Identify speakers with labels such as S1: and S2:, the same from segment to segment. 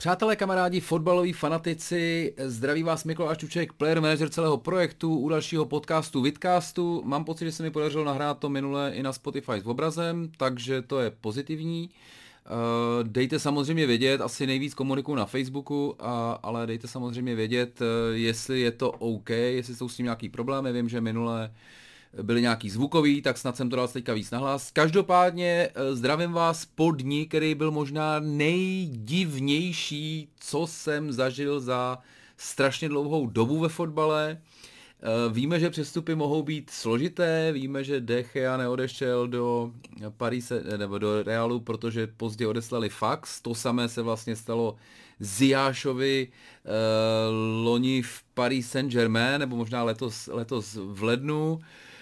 S1: Přátelé, kamarádi, fotbaloví fanatici, zdraví vás Mikuláš Čuček, player manager celého projektu, u dalšího podcastu Vidcastu. Mám pocit, že se mi podařilo nahrát to minule i na Spotify s obrazem, takže to je pozitivní. Dejte samozřejmě vědět, asi nejvíc komunikuju na Facebooku, ale dejte samozřejmě vědět, jestli je to OK, jestli jsou s tím nějaký problémy. Vím, že minule byly nějaký zvukový, tak snad jsem to dal teďka víc nahlas. Každopádně zdravím vás po dni, který byl možná nejdivnější, co jsem zažil za strašně dlouhou dobu ve fotbale. Víme, že přestupy mohou být složité, víme, že De Gea neodešel do Parise, nebo do Realu, protože pozdě odeslali fax. To samé se vlastně stalo Ziyášovi loni v Paris Saint-Germain, nebo možná letos v lednu.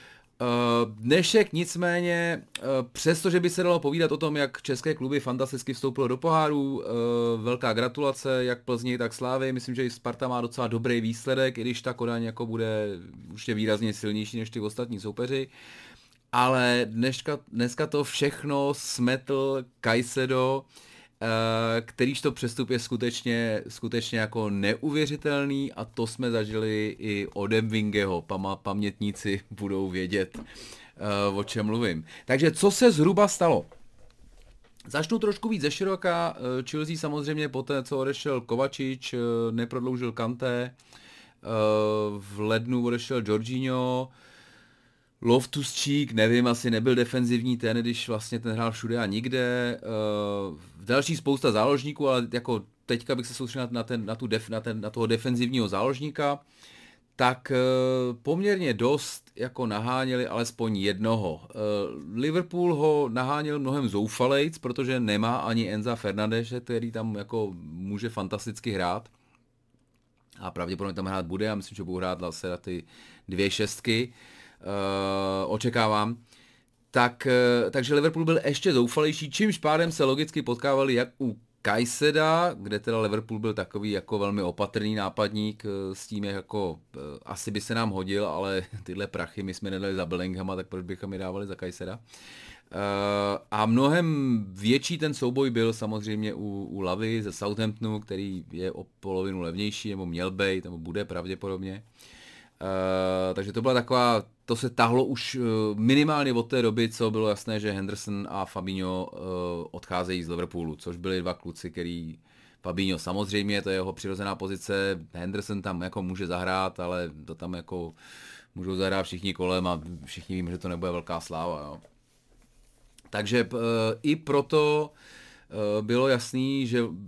S1: Dnešek nicméně, přestože by se dalo povídat o tom, jak české kluby fantasticky vstoupilo do poháru, velká gratulace jak Plzni, tak Slávy, myslím, že i Sparta má docela dobrý výsledek, i když ta Kodaň jako bude určitě výrazně silnější než ty ostatní soupeři, ale dneska to všechno smetl Caicedo, kterýž to přestup je skutečně jako neuvěřitelný, a to jsme zažili i od Mvingeho, pamětníci budou vědět, o čem mluvím. Takže co se zhruba stalo? Začnu trošku víc ze široka. Chelsea samozřejmě poté, co odešel Kovačič, neprodloužil Kanté, v lednu odešel Jorginho, Loftus-Cheek, nevím, asi nebyl defenzivní ten, když vlastně ten hrál všude a nikde. Další spousta záložníků, ale jako teďka bych se soustředil na toho defenzivního záložníka. Tak poměrně dost jako naháněli alespoň jednoho. Liverpool ho naháněl mnohem zoufalejc, protože nemá ani Enza Fernandeše, který tam jako může fantasticky hrát. A pravděpodobně tam hrát bude, já myslím, že budou hrát zase na ty 2 šestky. Očekávám. Takže Liverpool byl ještě zoufalejší, čímž pádem se logicky potkávali jak u Caiseda, kde teda Liverpool byl takový jako velmi opatrný nápadník s tím, jako asi by se nám hodil, ale tyhle prachy my jsme nedali za Bellinghama, tak proč bychom je dávali za Caiseda. A mnohem větší ten souboj byl samozřejmě u Lavy ze Southamptonu, který je o polovinu levnější, nebo měl být, nebo bude pravděpodobně. Takže to byla taková, to se tahlo už minimálně od té doby, co bylo jasné, že Henderson a Fabinho odcházejí z Liverpoolu, což byli 2 kluci, který Fabinho samozřejmě, to je jeho přirozená pozice, Henderson tam jako může zahrát, ale to tam jako můžou zahrát všichni kolem a všichni víme, že to nebude velká sláva. Jo. Takže i proto bylo jasný,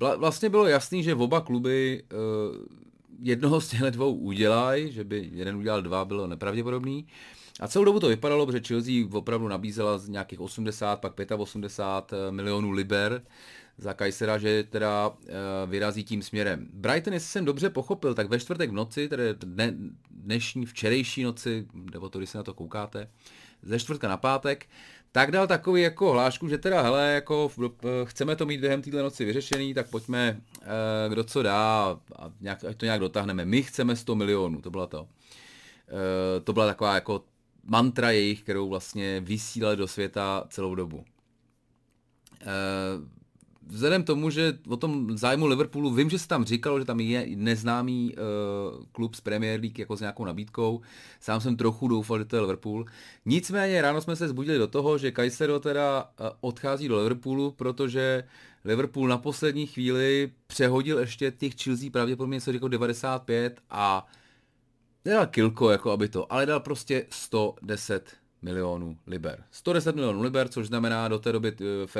S1: že oba kluby jednoho z těchto 2 udělají, že by jeden udělal 2, bylo nepravděpodobný. A celou dobu to vypadalo, že Chelsea opravdu nabízela z nějakých 80, pak 85 milionů liber za Caisera, že teda vyrazí tím směrem. Brighton, jestli jsem dobře pochopil, tak ve čtvrtek v noci, tedy včerejší noci, nebo to, když se na to koukáte, ze čtvrtka na pátek, tak dal takový jako hlášku, že teda hele, jako chceme to mít během téhle noci vyřešený, tak pojďme, kdo co dá, a ať to nějak dotáhneme. My chceme 100 milionů, to byla to. To byla taková jako mantra jejich, kterou vlastně vysílali do světa celou dobu. Vzhledem tomu, že o tom zájmu Liverpoolu, vím, že se tam říkalo, že tam je neznámý klub z Premier League jako s nějakou nabídkou. Sám jsem trochu doufal, že to je Liverpool. Nicméně ráno jsme se zbudili do toho, že Caicedo teda odchází do Liverpoolu, protože Liverpool na poslední chvíli přehodil ještě těch Chelsea pravděpodobně něco jako 95 a nedal kilko, jako aby to, ale dal prostě 110 milionů liber. 110 milionů liber, což znamená do té doby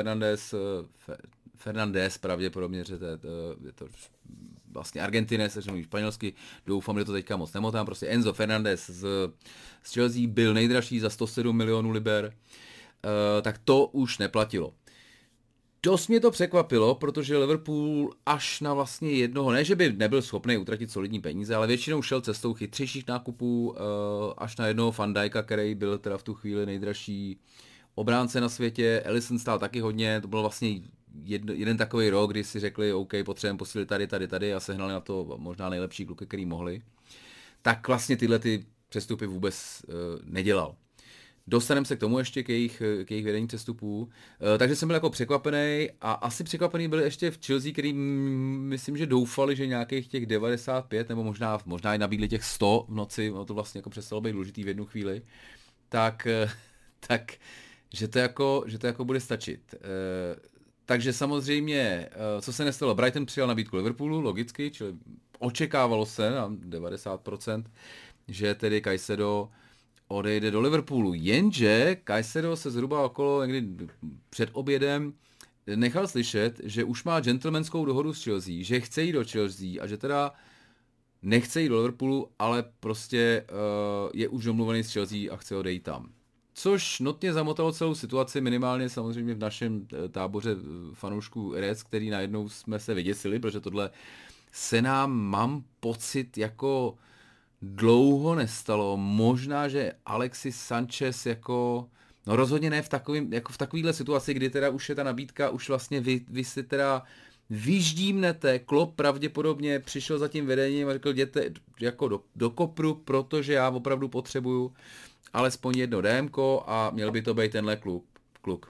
S1: Fernandes pravděpodobně, že je to vlastně Argentinec, takže mluví španělsky, doufám, že to teďka moc nemotám, prostě Enzo Fernandes z Chelsea byl nejdražší za 107 milionů liber, tak to už neplatilo. Dost mě to překvapilo, protože Liverpool až na vlastně jednoho, ne že by nebyl schopný utratit solidní peníze, ale většinou šel cestou chytřejších nákupů až na jednoho Van Dijka, který byl teda v tu chvíli nejdražší obránce na světě. Alisson stál taky hodně, to byl vlastně jeden takový rok, kdy si řekli, OK, potřebujeme posílit tady a sehnali na to možná nejlepší kluky, který mohli. Tak vlastně tyhle ty přestupy vůbec nedělal. Dostaneme se k tomu ještě, k jejich vedení přestupů. Takže jsem byl jako překvapený a asi překvapený byli ještě v Chelsea, který myslím, že doufali, že nějakých těch 95 nebo možná i nabídli těch 100 v noci, to vlastně jako přestalo být důležitý v jednu chvíli, tak že to jako bude stačit. Takže samozřejmě, co se nestalo, Brighton přijal nabídku Liverpoolu, logicky, čili očekávalo se na 90%, že tedy Caicedo odejde do Liverpoolu, jenže Caicedo se zhruba okolo někdy před obědem nechal slyšet, že už má gentlemanskou dohodu s Chelsea, že chce jít do Chelsea a že teda nechce jít do Liverpoolu, ale prostě je už domluvený s Chelsea a chce odejít tam. Což notně zamotalo celou situaci, minimálně samozřejmě v našem táboře fanoušků Reds, který najednou jsme se vyděsili, protože tohle se nám, mám pocit, jako dlouho nestalo. Možná, že Alexis Sanchez jako, no rozhodně ne v takovýhle situaci, kdy teda už je ta nabídka, už vlastně vy si teda vyždímnete, Klopp pravděpodobně přišel za tím vedením a řekl, jděte jako do kopru, protože já opravdu potřebuju alespoň jedno DMko a měl by to být tenhle kluk.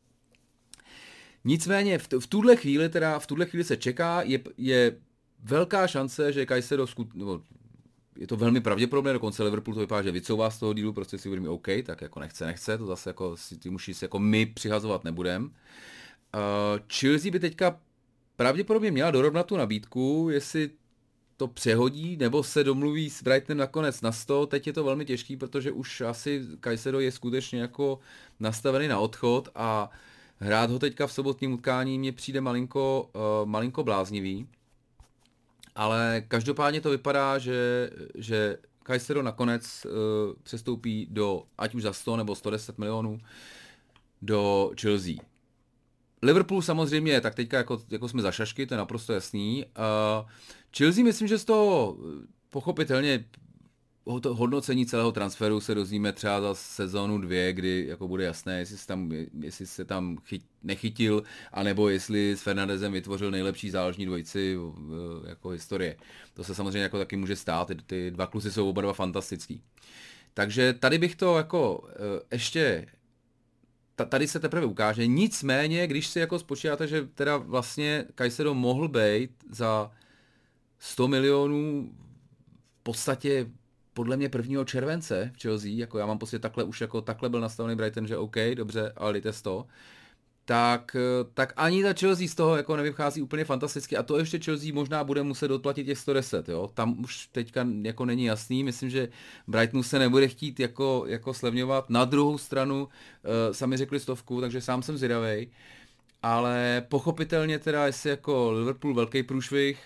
S1: Nicméně v tuhle chvíli se čeká, je velká šance, že Caicedo je to velmi pravděpodobné, dokonce Liverpool to vypadá, že vycouvá z toho dílu, prostě si uvědomí OK, tak jako nechce, to zase jako ty musíš jako my přihazovat nebudem. Chelsea by teďka pravděpodobně měla dorovnat tu nabídku, jestli to přehodí, nebo se domluví s Brightonem nakonec na 100. Teď je to velmi těžký, protože už asi Caicedo je skutečně jako nastavený na odchod a hrát ho teďka v sobotním utkání mně přijde malinko bláznivý. Ale každopádně to vypadá, že Caicedo nakonec přestoupí do, ať už za 100 nebo 110 milionů, do Chelsea. Liverpool samozřejmě, tak teďka jako jsme za šašky, to je naprosto jasný. Chelsea myslím, že z toho pochopitelně hodnocení celého transferu se dozvíme třeba za sezónu 2, kdy jako bude jasné, jestli se tam nechytil, anebo jestli s Fernandezem vytvořil nejlepší záložní dvojici jako historie. To se samozřejmě jako taky může stát, ty dva kluci jsou oba dva fantastický. Takže tady bych to jako ještě tady se teprve ukáže. Nicméně, když si jako spočítáte, že teda vlastně Caicedo mohl být za 100 milionů v podstatě podle mě 1. července v Chelsea, jako já mám pocit, takhle byl nastavený Brighton, že OK, dobře, ale dejte 100, tak ani ta Chelsea z toho jako nevychází úplně fantasticky a to ještě Chelsea možná bude muset doplatit těch 110, jo, tam už teďka jako není jasný, myslím, že Brightonu se nebude chtít jako slevňovat, na druhou stranu sami řekli 100, takže sám jsem zvědavej, ale pochopitelně teda, jestli jako Liverpool velký průšvih,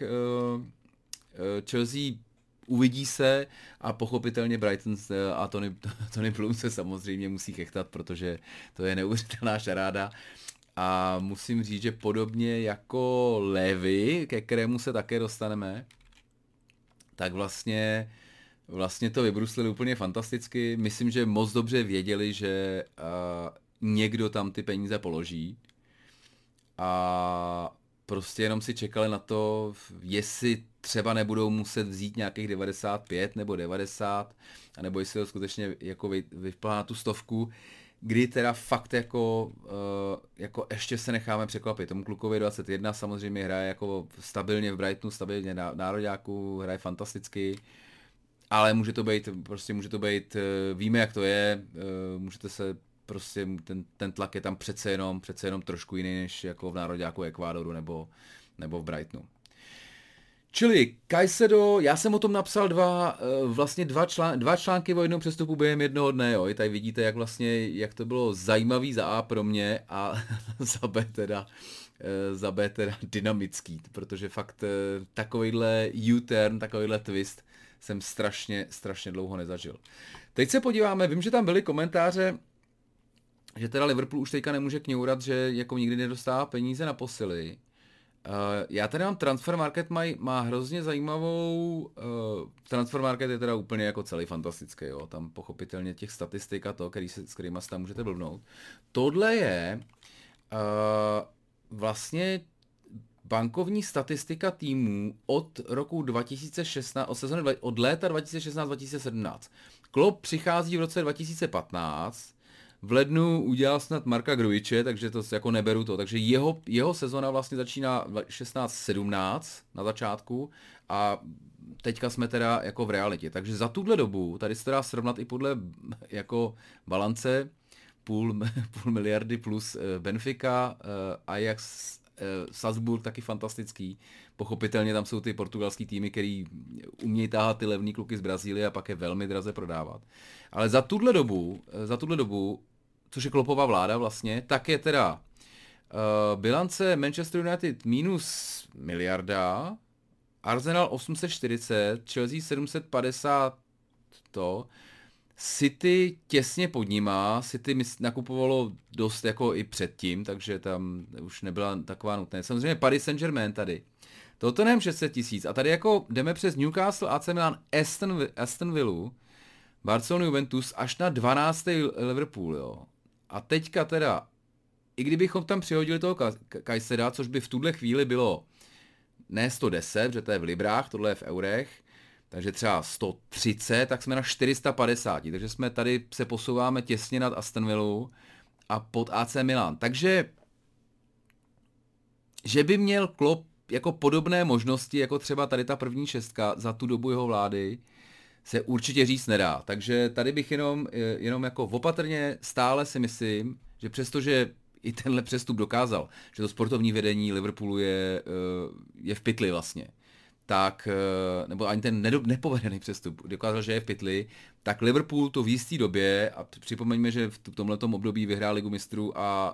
S1: Chelsea uvidí se a pochopitelně Brighton a Tony Bloom se samozřejmě musí chechtat, protože to je neuvěřitelná šaráda. A musím říct, že podobně jako Levy, ke kterému se také dostaneme, tak vlastně to vybruslili úplně fantasticky. Myslím, že moc dobře věděli, že někdo tam ty peníze položí. A prostě jenom si čekali na to, jestli třeba nebudou muset vzít nějakých 95 nebo 90, anebo jestli to skutečně jako vypadá na tu 100, kdy teda fakt jako ještě se necháme překvapit. Tomu klukovi 21 samozřejmě hraje jako stabilně v Brightonu, stabilně na nároďáku, hraje fantasticky, ale může to být, víme jak to je, můžete se prostě ten tlak je tam přece jenom trošku jiný než jako v nároďáku Ekvádoru nebo v Brightonu. Čili Caicedo, já jsem o tom napsal dva články o jednom přestupu během jednoho dne, jo. I tady vidíte, jak to bylo zajímavý za A pro mě a za B teda dynamický, protože fakt takovejhle U-turn, takovejhle twist jsem strašně dlouho nezažil. Teď se podíváme, vím, že tam byly komentáře, že teda Liverpool už teďka nemůže kňourat, že jako nikdy nedostává peníze na posily. Já tady mám Transfermarkt, má hrozně zajímavou, Transfermarkt je teda úplně jako celý fantastický, jo, tam pochopitelně těch statistik a to, s kterýma se tam můžete blbnout. Tohle je vlastně bankovní statistika týmů od roku 2016, od léta 2016-2017. Klopp přichází v roce 2015, v lednu udělal snad Marka Grujiče, takže to jako neberu to. Takže jeho sezona vlastně začíná 16-17 na začátku a teďka jsme teda jako v realitě. Takže za tuhle dobu, tady se to dá srovnat i podle jako balance, půl miliardy plus Benfica, Ajax, Salzburg taky fantastický. Pochopitelně tam jsou ty portugalský týmy, který umějí táhat ty levný kluky z Brazílie a pak je velmi draze prodávat. Ale za tuhle dobu, což je Kloppova vláda vlastně, tak je teda bilance Manchester United minus miliarda, Arsenal 840, Chelsea 750 to, City těsně pod nima, City nakupovalo dost jako i předtím, takže tam už nebyla taková nutné. Samozřejmě Paris Saint-Germain tady. Tottenham 600 000 a tady jako jdeme přes Newcastle, AC Milan, Aston Villa, Barcelona, Juventus až na 12. Liverpool, jo. A teďka teda, i kdybychom tam přihodili toho Kajseda, což by v tuhle chvíli bylo ne 110, protože to je v librách, tohle je v eurech, takže třeba 130, tak jsme na 450, takže jsme tady se posouváme těsně nad Aston Villou a pod AC Milan. Takže, že by měl Klopp jako podobné možnosti, jako třeba tady ta první šestka za tu dobu jeho vlády, se určitě říct nedá. Takže tady bych jenom jako opatrně stále si myslím, že přestože i tenhle přestup dokázal, že to sportovní vedení Liverpoolu je v pytli vlastně, tak, nebo ani ten nepovedený přestup dokázal, že je v pytli, tak Liverpool to v jisté době, a připomeňme, že v tomhletom období vyhrál Ligu mistrů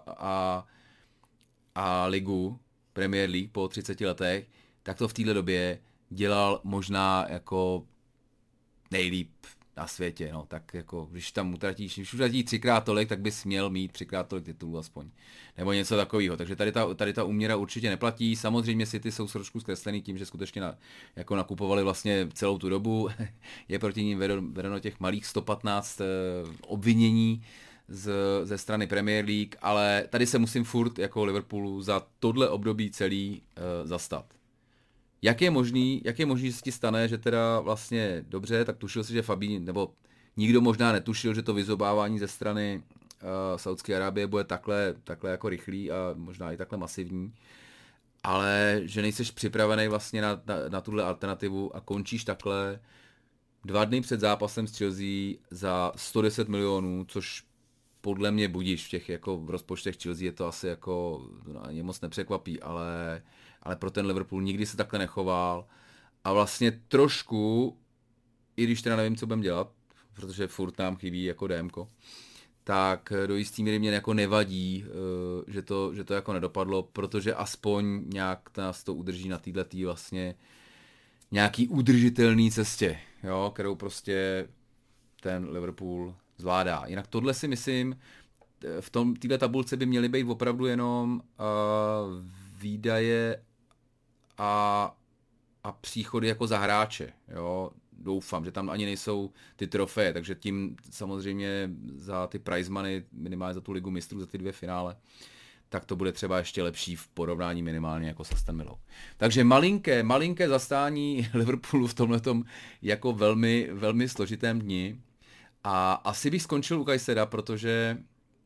S1: a Ligu Premier League po 30 letech, tak to v téhle době dělal možná jako nejlíp na světě, no, tak jako, když utratí 3x tolik, tak bys měl mít 3x tolik titulů aspoň, nebo něco takového, takže tady ta úměra určitě neplatí, samozřejmě City jsou trošku zkreslený tím, že skutečně jako nakupovali vlastně celou tu dobu, je proti ním vedeno těch malých 115 obvinění ze strany Premier League, ale tady se musím furt jako Liverpoolu za tohle období celý zastat. Jak je možný, že se ti stane, že teda vlastně dobře, tak tušil si, že nebo nikdo možná netušil, že to vyzobávání ze strany Saudské Arábie bude takhle jako rychlý a možná i takhle masivní, ale že nejseš připravený vlastně na tuhle alternativu a končíš takhle 2 dny před zápasem s Chelsea za 110 milionů, což podle mě budíš v těch jako v rozpočtech Chelsea je to asi jako ani moc nepřekvapí, ale pro ten Liverpool nikdy se takhle nechoval a vlastně trošku, i když teda nevím, co budem dělat, protože furt nám chybí jako DMko, tak do jistý míry mě jako nevadí, že to jako nedopadlo, protože aspoň nějak nás to udrží na této vlastně nějaký udržitelný cestě, jo, kterou prostě ten Liverpool zvládá. Jinak tohle si myslím, v této tabulce by měly být opravdu jenom výdaje a příchody jako za hráče. Jo? Doufám, že tam ani nejsou ty trofeje, takže tím samozřejmě za ty prize money, minimálně za tu ligu mistrů, za ty 2 finále, tak to bude třeba ještě lepší v porovnání minimálně jako s Aston Villou. Takže malinké zastání Liverpoolu v tomhletom jako velmi, velmi složitém dni. A asi bych skončil u Kajseda, protože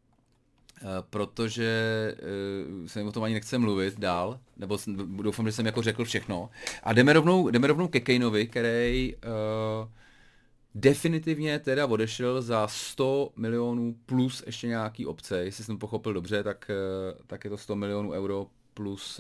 S1: jsem o tom ani nechce mluvit dál, nebo doufám, že jsem jako řekl všechno. A jdeme rovnou ke Kaneovi, který definitivně teda odešel za 100 milionů plus ještě nějaký opce. Jestli jsem pochopil dobře, tak je to 100 milionů euro plus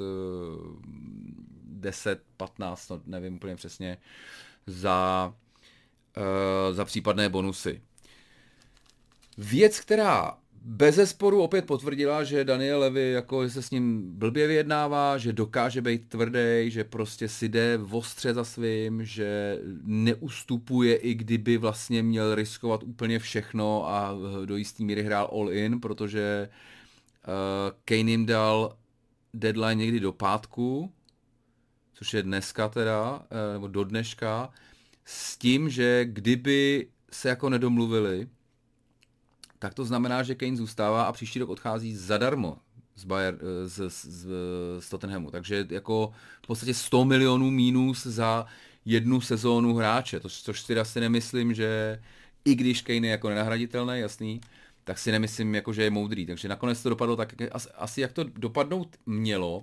S1: 10, 15, no nevím úplně přesně, za případné bonusy. Věc, která bezesporu opět potvrdila, že Daniel Levy jako se s ním blbě vyjednává, že dokáže být tvrdý, že prostě si jde ostře za svým, že neustupuje, i kdyby vlastně měl riskovat úplně všechno a do jistý míry hrál all in, protože Kane jim dal deadline někdy do pátku, což je dneska teda, nebo do dneška, s tím, že kdyby se jako nedomluvili, tak to znamená, že Kane zůstává a příští rok odchází zadarmo z Tottenhamu. Takže jako v podstatě 100 milionů mínus za jednu sezónu hráče, což si asi nemyslím, že i když Kane je jako nenahraditelný, jasný, tak si nemyslím, jako, že je moudrý. Takže nakonec to dopadlo tak, asi jak to dopadnout mělo.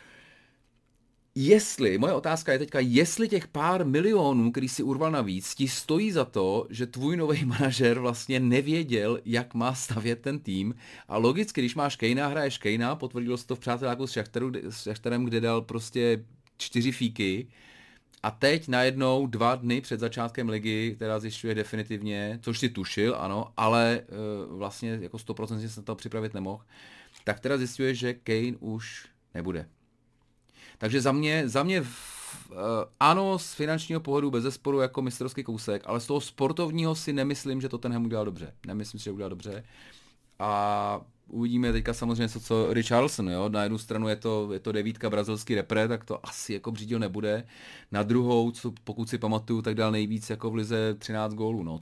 S1: Moje otázka je teďka, jestli těch pár milionů, který si urval navíc, ti stojí za to, že tvůj nový manažer vlastně nevěděl, jak má stavět ten tým. A logicky, když máš Kanea, hraješ Kanea, potvrdilo se to v přáteláku s Šachtarem, kde dal prostě 4 fíky. A teď najednou 2 dny před začátkem ligy, která zjišťuje definitivně, což si tušil, ano, ale vlastně jako 100% se na to připravit nemohl, tak teda zjišťuje, že Kane už nebude. Takže za mě ano, z finančního pohledu bezesporu jako mistrovský kousek, ale z toho sportovního si nemyslím, že Tottenham udělal dobře. Nemyslím si, že udělal dobře. A uvidíme teďka samozřejmě co Richarlison, jo. Na jednu stranu je to 9 brazilský repre, tak to asi jako břídil nebude. Na druhou, pokud si pamatuju, tak dal nejvíc jako v lize 13 gólů, no,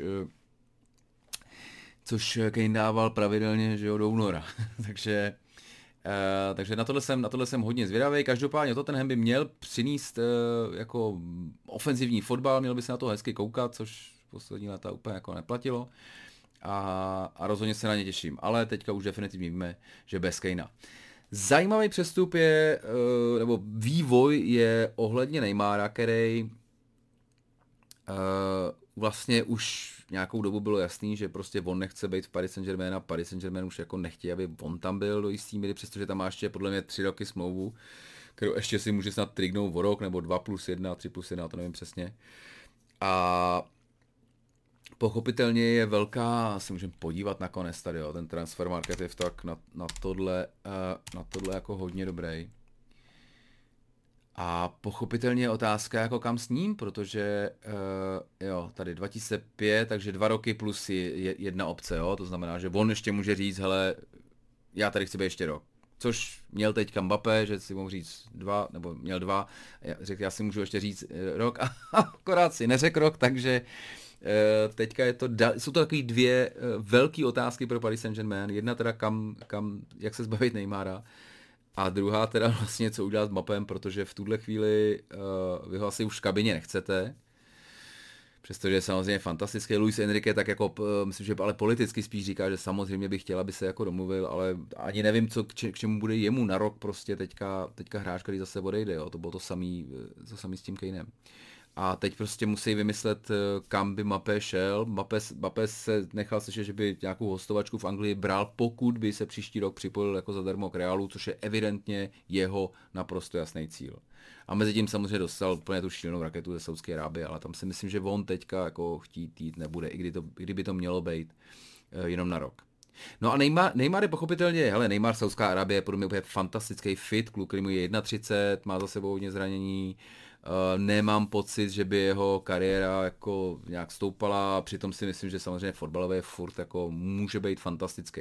S1: což Kane dával pravidelně, že jo, do února. Takže na tohle jsem hodně zvědavý. Každopádně Tottenham by měl přinést jako ofenzivní fotbal, měl by se na to hezky koukat, což poslední léta úplně jako neplatilo. A rozhodně se na ně těším. Ale teďka už definitivně víme, že bez Kanea. Zajímavý přestup je, nebo vývoj je ohledně Neymara, který vlastně už nějakou dobu bylo jasný, že prostě on nechce být v Paris Saint-Germain a Paris Saint-Germain už jako nechtějí, aby on tam byl do jistý míry, přestože tam má ještě podle mě 3 roky smlouvu, kterou ještě si může snad trignout o rok, nebo 2+1, 3+1, to nevím přesně. A pochopitelně je velká, si můžeme podívat nakonec tady, jo, ten transfer market je tak na tohle jako hodně dobrý. A pochopitelně je otázka, jako kam s ním, protože jo, tady 2005, takže 2 roky plus jedna opce, jo, to znamená, že on ještě může říct, hele, já tady chci být ještě rok. Což měl teďka Mbappé, že si mohl říct 2, nebo měl 2, řekl, já si můžu ještě říct rok a akorát si neřekl rok, takže teďka jsou to takový 2 velké otázky pro Paris Saint-Germain. Jedna teda jak se zbavit Neymara, a druhá teda vlastně, co udělat s Mbappem, protože v tuhle chvíli vy ho asi už v kabině nechcete. Přestože je samozřejmě fantastický. Luis Enrique tak jako, myslím, že ale politicky spíš říká, že samozřejmě by chtěl, aby se jako domluvil, ale ani nevím, k čemu bude jemu na rok prostě teďka hráč, který zase odejde. Jo. To bylo to samý s tím Kanem. A teď prostě musí vymyslet, kam by Mbappé šel. Mbappé se nechal slyšet, že by nějakou hostovačku v Anglii bral, pokud by se příští rok připojil jako zadarmo k Realu, což je evidentně jeho naprosto jasný cíl. A mezi tím samozřejmě dostal úplně tu šílenou raketu ze Saudské Arábie, ale tam si myslím, že on teďka jako chtít jít nebude, i kdyby to mělo být jenom na rok. No a Neymar je pochopitelně, hele, Neymar Saudská Arábie je podle mě úplně fantastický fit, kluk, který mu je 31, má za sebou hodně zranění. Nemám pocit, že by jeho kariéra jako nějak stoupala, přitom si myslím, že samozřejmě fotbalový furt jako může být fantastický.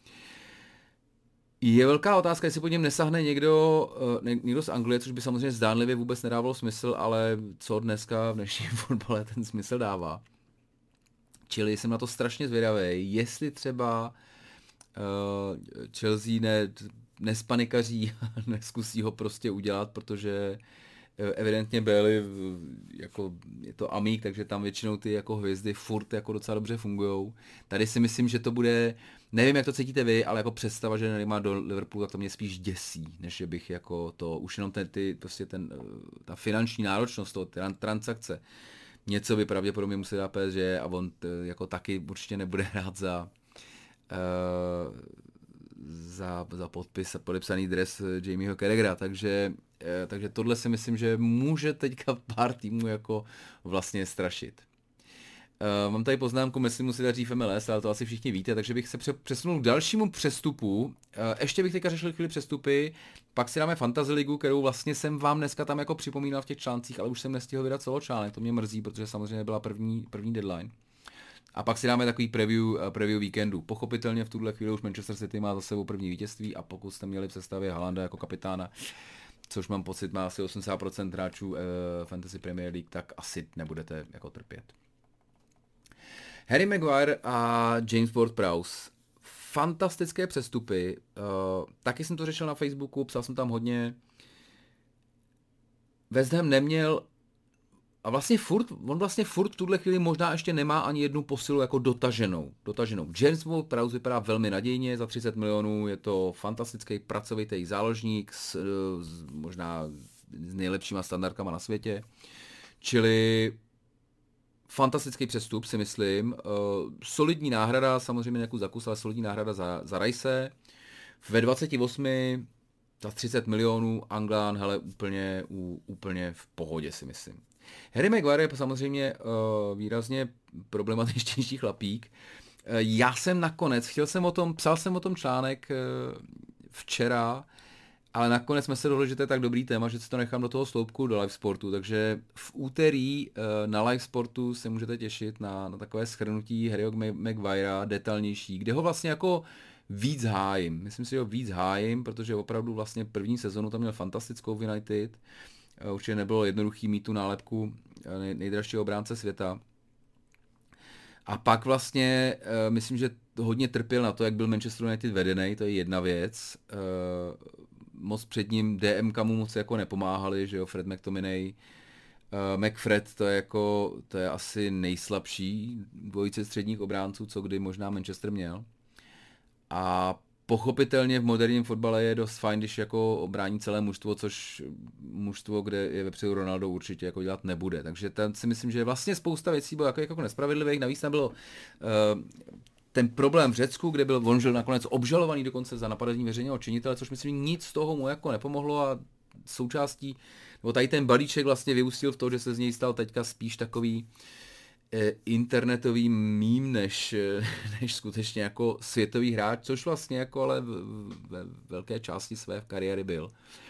S1: Je velká otázka, jestli po něm nesahne někdo z Anglie, což by samozřejmě zdánlivě vůbec nedávalo smysl, ale co dneska v dnešním fotbale ten smysl dává. Čili jsem na to strašně zvědavý, jestli třeba Chelsea nespanikaří, neskusí ho prostě udělat, protože evidentně byli, jako je to amík, takže tam většinou ty jako hvězdy furt jako docela dobře fungujou. Tady si myslím, že to bude, nevím, jak to cítíte vy, ale jako představa, že Neymar do Liverpoolu, tak to mě spíš děsí, než že bych jako to, už jenom ta finanční náročnost toho transakce. Něco by pravděpodobně musel dát PSG a on jako taky určitě nebude hrát za podepsaný dres Jamieho Carragera, takže tohle si myslím, že může teďka pár týmů jako vlastně strašit. Mám tady poznámku, myslím, musí dát dřív MLS, ale to asi všichni víte, takže bych se přesunul k dalšímu přestupu. Ještě bych teďka řešil chvíli přestupy, pak si dáme Fantasy ligu, kterou vlastně jsem vám dneska tam jako připomínal v těch článcích, ale už jsem nestihl vydat celočlánek, to mě mrzí, protože samozřejmě byla první deadline. A pak si dáme takový preview víkendu. Pochopitelně v tuhle chvíli už Manchester City má za sebou první vítězství a pokud jste měli v sestavě Haalanda jako kapitána, což mám pocit má asi 80% hráčů Fantasy Premier League, tak asi nebudete jako trpět. Harry Maguire a James Ward-Prowse. Fantastické přestupy. Taky jsem to řešil na Facebooku, psal jsem tam hodně. West Ham neměl A on vlastně furt v tuhle chvíli možná ještě nemá ani jednu posilu jako dotaženou. James Ward-Prowse vypadá velmi nadějně, za 30 milionů je to fantastický pracovitý záložník možná s nejlepšíma standardkama na světě. Čili fantastický přestup, si myslím. Solidní náhrada, samozřejmě nějakou zakus, ale solidní náhrada za Rice. Ve 28 za 30 milionů Anglán, hele, úplně v pohodě, si myslím. Harry Maguire je samozřejmě výrazně problematičtější chlapík. Já jsem nakonec, psal jsem o tom článek včera, ale nakonec jsme se dohodli, že to je tak dobrý téma, že si to nechám do toho sloupku do Live Sportu, takže v úterý na Live Sportu se můžete těšit na takové shrnutí Harryho Maguirea detailnější, kde ho vlastně jako víc hájím. Myslím si, že ho víc hájím, protože opravdu vlastně první sezonu tam měl fantastickou v United. Určitě nebylo jednoduchý mít tu nálepku nejdražšího obránce světa. A pak vlastně myslím, že hodně trpěl na to, jak byl Manchester United vedený, to je jedna věc. Moc před ním DMK mu moc jako nepomáhali, že jo, Fred McTominay, McFred, to je asi nejslabší dvojice středních obránců, co kdy možná Manchester měl. A pochopitelně v moderním fotbale je dost fajn, když jako obrání celé mužstvo, což mužstvo, kde je vepředu Ronaldo, určitě jako dělat nebude. Takže tam si myslím, že vlastně spousta věcí bylo jako nespravedlivých. Navíc tam bylo ten problém v Řecku, kde byl on nakonec obžalovaný dokonce za napadení veřejného činitele, což myslím nic z toho mu jako nepomohlo a součástí, nebo tady ten balíček vlastně vyústil v to, že se z něj stal teďka spíš takový internetový mím, než skutečně jako světový hráč, což vlastně jako ale ve velké části své kariéry byl.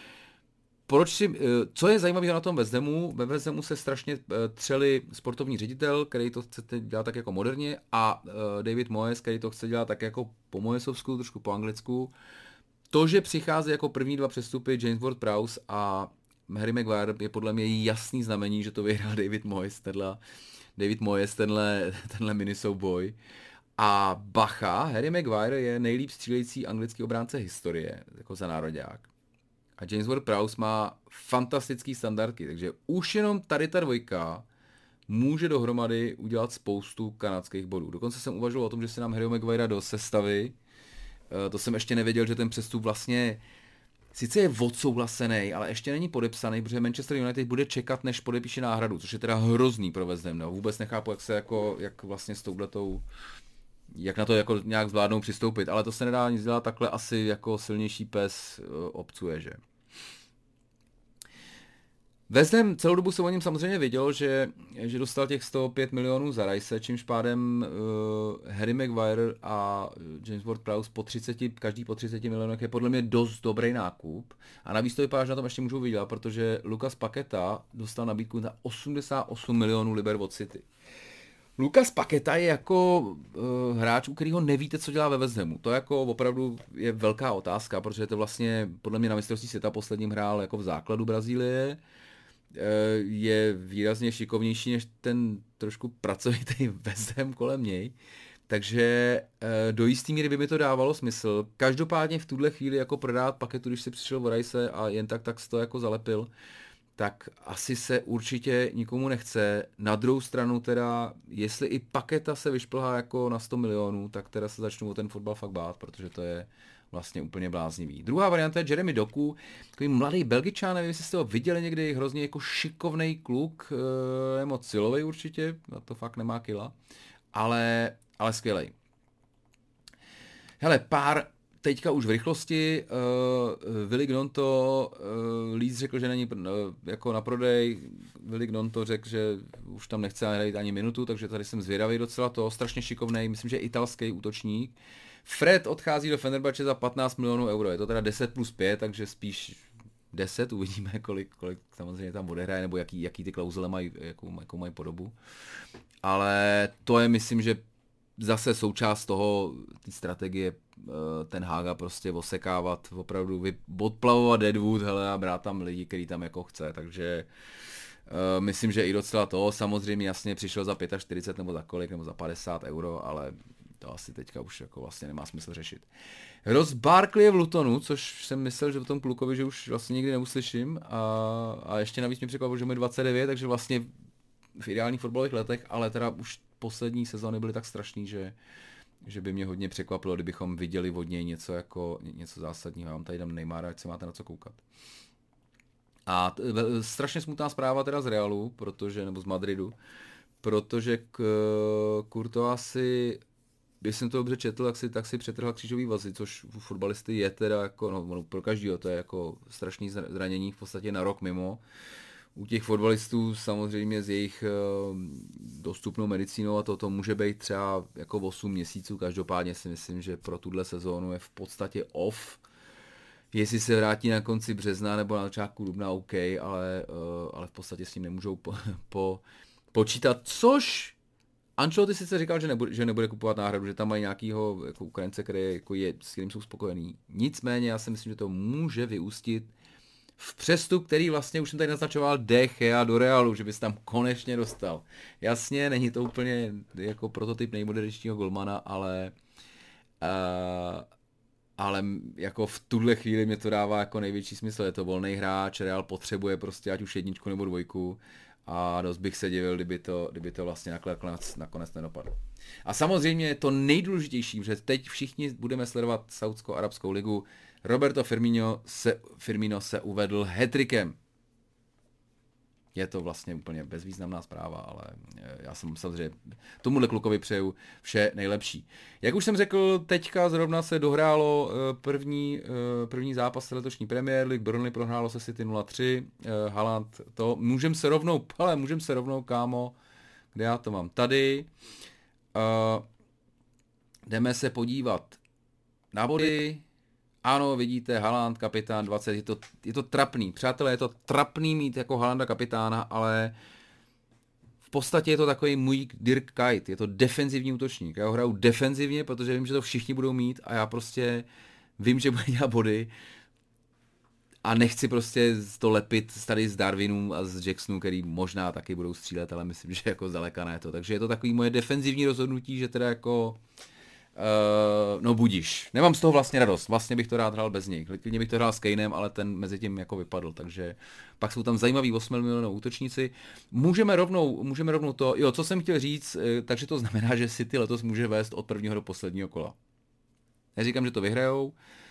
S1: Co je zajímavé na tom West Hamu? Ve West Hamu se strašně třeli sportovní ředitel, který to chce dělat tak jako moderně, a David Moyes, který to chce dělat tak jako po Moyesovsku, trošku po anglicku. To, že přichází jako první dva přestupy James Ward-Prowse a Harry Maguire, je podle mě jasný znamení, že to vyhrál David Moyes, tenhle mini souboj. A bacha, Harry Maguire je nejlíp střílející anglický obránce historie, jako za nároďák. A James Ward-Prowse má fantastický standardky, takže už jenom tady ta dvojka může dohromady udělat spoustu kanadských bodů. Dokonce jsem uvažoval o tom, že si nám Harry Maguire do sestavy. To jsem ještě nevěděl, že ten přestup vlastně sice je odsouhlasený, ale ještě není podepsaný, protože Manchester United bude čekat, než podepíše náhradu, což je teda hrozný pro West Ham. No. Vůbec nechápu, jak vlastně s touhletou, jak na to jako nějak zvládnou přistoupit, ale to se nedá nic dělat, takhle asi jako silnější pes obcuje, že? West Ham celou dobu se o něm samozřejmě vědělo, že dostal těch 105 milionů za Rice, čímž pádem Harry Maguire a James Ward-Prowse každý po 30 milionech je podle mě dost dobrý nákup. A navíc to vypadá, že na tom ještě můžou vydělat, protože Lucas Paqueta dostal nabídku za 88 milionů liber od City. Lucas Paqueta je jako hráč, u kterého nevíte, co dělá ve West Hamu. To jako opravdu je velká otázka, protože to vlastně podle mě na mistrovství světa posledním hrál jako v základu Brazílie. Je výrazně šikovnější než ten trošku pracovitý West Ham kolem něj. Takže do jistý míry by mi to dávalo smysl. Každopádně v tuhle chvíli jako prodát Paquetu, když si přišel o Rice a jen tak to jako zalepil, tak asi se určitě nikomu nechce. Na druhou stranu teda, jestli i Paqueta se vyšplhá jako na 100 milionů, tak teda se začnu o ten fotbal fakt bát, protože to je vlastně úplně bláznivý. Druhá varianta je Jeremy Doku, takový mladý Belgičan, nevím, jestli jste ho viděli někdy, hrozně jako šikovnej kluk, je moc silovej určitě, na to fakt nemá kila, ale skvělej. Hele, pár teďka už v rychlosti, Willy Gnonto, Leeds řekl, že není jako na prodej, Willy Gnonto řekl, že už tam nechce hrát ani minutu, takže tady jsem zvědavý docela to, strašně šikovnej, myslím, že italský útočník. Fred odchází do Fenerbahce za 15 milionů euro, je to teda 10 plus 5, takže spíš 10, uvidíme, kolik samozřejmě tam odehraje, nebo jaký ty klauzule mají, jakou mají podobu. Ale to je, myslím, že zase součást toho, té strategie ten Haga prostě osekávat, opravdu odplavovat Deadwood, hele, a brát tam lidi, který tam jako chce, takže myslím, že i docela toho, samozřejmě jasně přišel za 45 nebo za kolik, nebo za 50 euro, ale to asi teďka už jako vlastně nemá smysl řešit. Ross Barkley je v Lutonu, což jsem myslel, že v tom klukovi, že už vlastně nikdy neuslyším, a ještě navíc mě překvapilo, že mu je 29, takže vlastně v ideálních fotbalových letech, ale teda už poslední sezóny byly tak strašný, že by mě hodně překvapilo, kdybychom viděli od něj něco zásadního. Já vám tady dám Neymara, ať se máte na co koukat. A strašně smutná zpráva teda z Realu, nebo z Madridu, protože Courtois si, když jsem to dobře četl, tak si přetrhl křížový vazy, což u fotbalisty je teda jako, no pro každýho to je jako strašný zranění, v podstatě na rok mimo. U těch fotbalistů samozřejmě s jejich dostupnou medicínou a to může být třeba jako 8 měsíců, každopádně si myslím, že pro tuhle sezónu je v podstatě off. Jestli se vrátí na konci března nebo na začátku dubna, OK, ale v podstatě s tím nemůžou počítat, což Ancelotti sice říkal, že nebude kupovat náhradu, že tam mají nějakýho jako Ukrajince, s kterým jsou spokojený. Nicméně já si myslím, že to může vyústit v přestup, který vlastně už jsem tady naznačoval De Gea do Realu, že bys tam konečně dostal. Jasně, není to úplně jako prototyp nejmodernějšího golmana, ale jako v tuhle chvíli mě to dává jako největší smysl. Je to volný hráč, Real potřebuje prostě ať už 1 nebo 2 a dost bych se divil, kdyby to vlastně nakonec nedopadlo. A samozřejmě to nejdůležitější, že teď všichni budeme sledovat Saúdsko-arabskou ligu. Roberto Firmino se uvedl hat-trickem. Je to vlastně úplně bezvýznamná zpráva, ale já jsem samozřejmě tomuhle klukovi přeju vše nejlepší. Jak už jsem řekl, teďka zrovna se dohrálo první zápas letošní Premier League, Burnley prohrálo se City 0-3, Haaland to, můžem se rovnou, kámo, kde já to mám, tady. Jdeme se podívat na body. Ano, vidíte, Haaland, kapitán 20, je to trapný. Přátelé, je to trapný mít jako Haalanda kapitána, ale v podstatě je to takový můj Dirk Kuyt, je to defenzivní útočník. Já ho hraju defenzivně, protože vím, že to všichni budou mít a já prostě vím, že bude dělat body a nechci prostě to lepit tady z Darwinů a z Jacksonů, který možná taky budou střílet, ale myslím, že jako zdaleka ne to. Takže je to takový moje defenzivní rozhodnutí, že teda jako no budíš. Nemám z toho vlastně radost. Vlastně bych to rád hrál bez něj. Klidně bych to hrál s Kanem, ale ten mezi tím jako vypadl. Takže pak jsou tam zajímaví 8 milionů útočníci. Můžeme rovnou to, co jsem chtěl říct, takže to znamená, že City letos může vést od prvního do posledního kola. Neříkám, že to vyhrajou.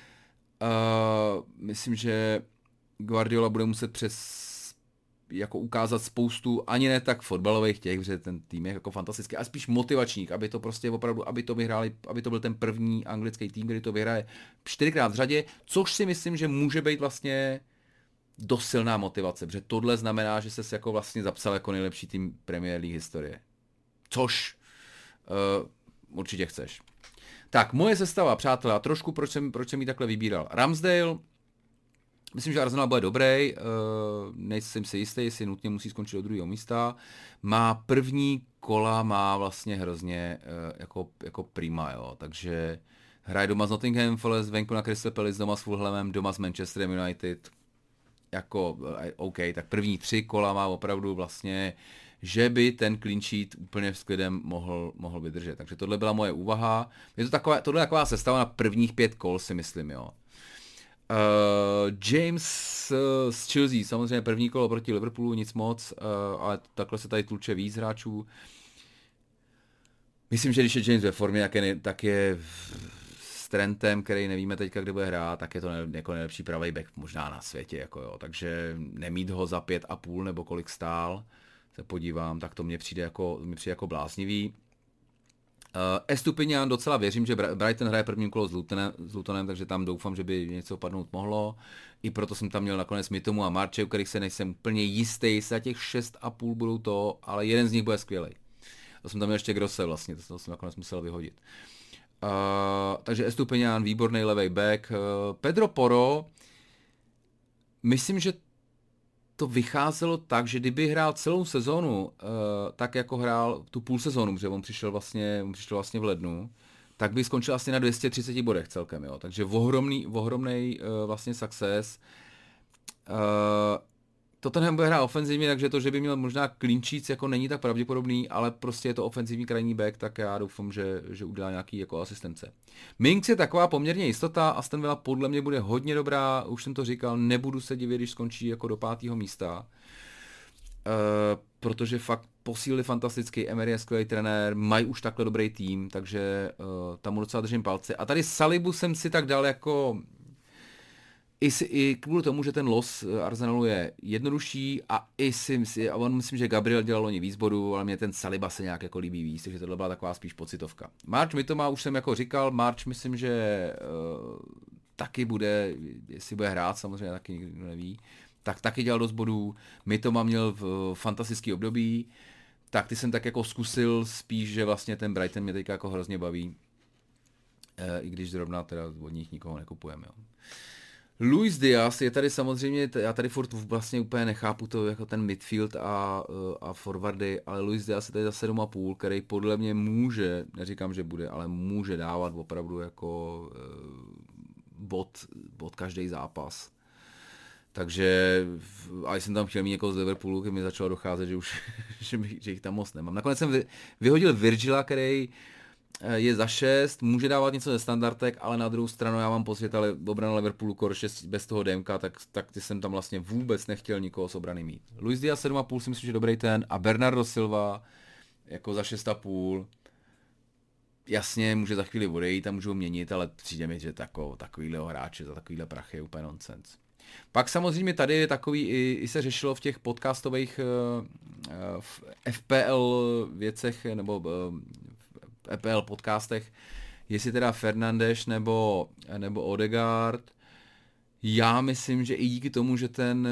S1: Myslím, že Guardiola bude muset jako ukázat spoustu, ani ne tak fotbalových těch, protože ten tým je jako fantastický, ale spíš motivačník, aby to prostě opravdu, aby to vyhráli, aby to byl ten první anglický tým, který to vyhraje 4krát v řadě, což si myslím, že může být vlastně dost silná motivace, protože tohle znamená, že ses jako vlastně zapsal jako nejlepší tým Premier League historie. Což určitě chceš. Tak, moje sestava, přátelé, a trošku proč jsem ji takhle vybíral. Ramsdale, myslím, že Arsenal bude dobrý, nejsem si jistý, jestli nutně musí skončit do 2. místa. Má první kola, má vlastně hrozně jako prima, jo, takže hraje doma s Nottingham Forest, venku na Crystal Palace, doma s Fulhamem, doma s Manchesterem United, jako OK, tak první 3 kola má opravdu vlastně, že by ten clean sheet úplně s klidem mohl vydržet. Takže tohle byla moje úvaha. Tohle je taková sestava na prvních 5 kol, si myslím, jo. James z Chelsea, samozřejmě první kolo proti Liverpoolu, nic moc, ale takhle se tady tluče víc hráčů. Myslím, že když je James ve formě, tak je s Trentem, který nevíme teďka, kde bude hrát, tak je to jako nejlepší pravý back možná na světě, jako jo. Takže nemít ho za 5,5 nebo kolik stál, se podívám, tak to mně přijde jako bláznivý. Estupiñán docela věřím, že Brighton hraje prvním kolo s Lutonem, takže tam doufám, že by něco padnout mohlo. I proto jsem tam měl nakonec Mitomu a Marče, u kterých se nejsem úplně jistý, za těch 6,5 budou to, ale jeden z nich bude skvělej. To jsem tam měl ještě Grosse vlastně, to jsem nakonec musel vyhodit. Takže Estupiñán, výborný levej back. Pedro Porro, myslím, že to vycházelo tak, že kdyby hrál celou sezonu, tak jako hrál tu půl sezonu, protože on přišel vlastně v lednu, tak by skončil asi na 230 bodech celkem, jo. Takže ohromnej vlastně success. Tottenham bude hrát ofenzivně, takže to, že by měl možná clean sheets, jako není tak pravděpodobný, ale prostě je to ofenzivní krajní back, tak já doufám, že udělá nějaký jako asistence. Minks je taková poměrně jistota, Aston Villa podle mě bude hodně dobrá, už jsem to říkal, nebudu se divit, když skončí jako do 5. místa, protože fakt posílili fantasticky, Emery je skvělý trenér, mají už takhle dobrý tým, takže tam mu docela držím palce. A tady Salibu jsem si tak dal jako i kvůli tomu, že ten los Arsenalu je jednodušší a a on myslím, že Gabriel dělal loni víc bodů, ale mě ten Saliba se nějak jako líbí víc, takže tohle byla taková spíš pocitovka. March Mitoma už jsem jako říkal, March myslím, že taky bude, jestli bude hrát, samozřejmě taky nikdo neví, tak taky dělal dost bodů. Mitoma měl v fantastický období, tak ty jsem tak jako zkusil spíš, že vlastně ten Brighton mě teďka jako hrozně baví, i když zrovna teda od nich nikoho nekupujeme. Jo. Luis Diaz je tady samozřejmě, já tady furt vlastně úplně nechápu to jako ten midfield a forwardy, ale Luis Diaz je tady za 7,5, který podle mě může, neříkám, že bude, ale může dávat opravdu jako bod každý zápas. Takže, a jsem tam chtěl mít někoho z Liverpoolu, když mi začalo docházet, že už že jich tam moc nemám. Nakonec jsem vyhodil Virgila, který je za 6, může dávat něco ze standardek, ale na druhou stranu já mám pocit, ale obrana Liverpoolu korše bez toho DMka, tak ty jsem tam vlastně vůbec nechtěl nikoho z obrany mít. Luis Diaz 7,5 si myslím, že dobrý ten a Bernardo Silva jako za 6,5. Jasně, může za chvíli odejít a můžou měnit, ale přijde mi, že takovýhle hráče za takovýhle prachy je úplně nonsens. Pak samozřejmě tady je takový, i se řešilo v těch podcastových v FPL věcech nebo EPL podcastech, jestli teda Fernandes nebo Odegaard. Já myslím, že i díky tomu, že ten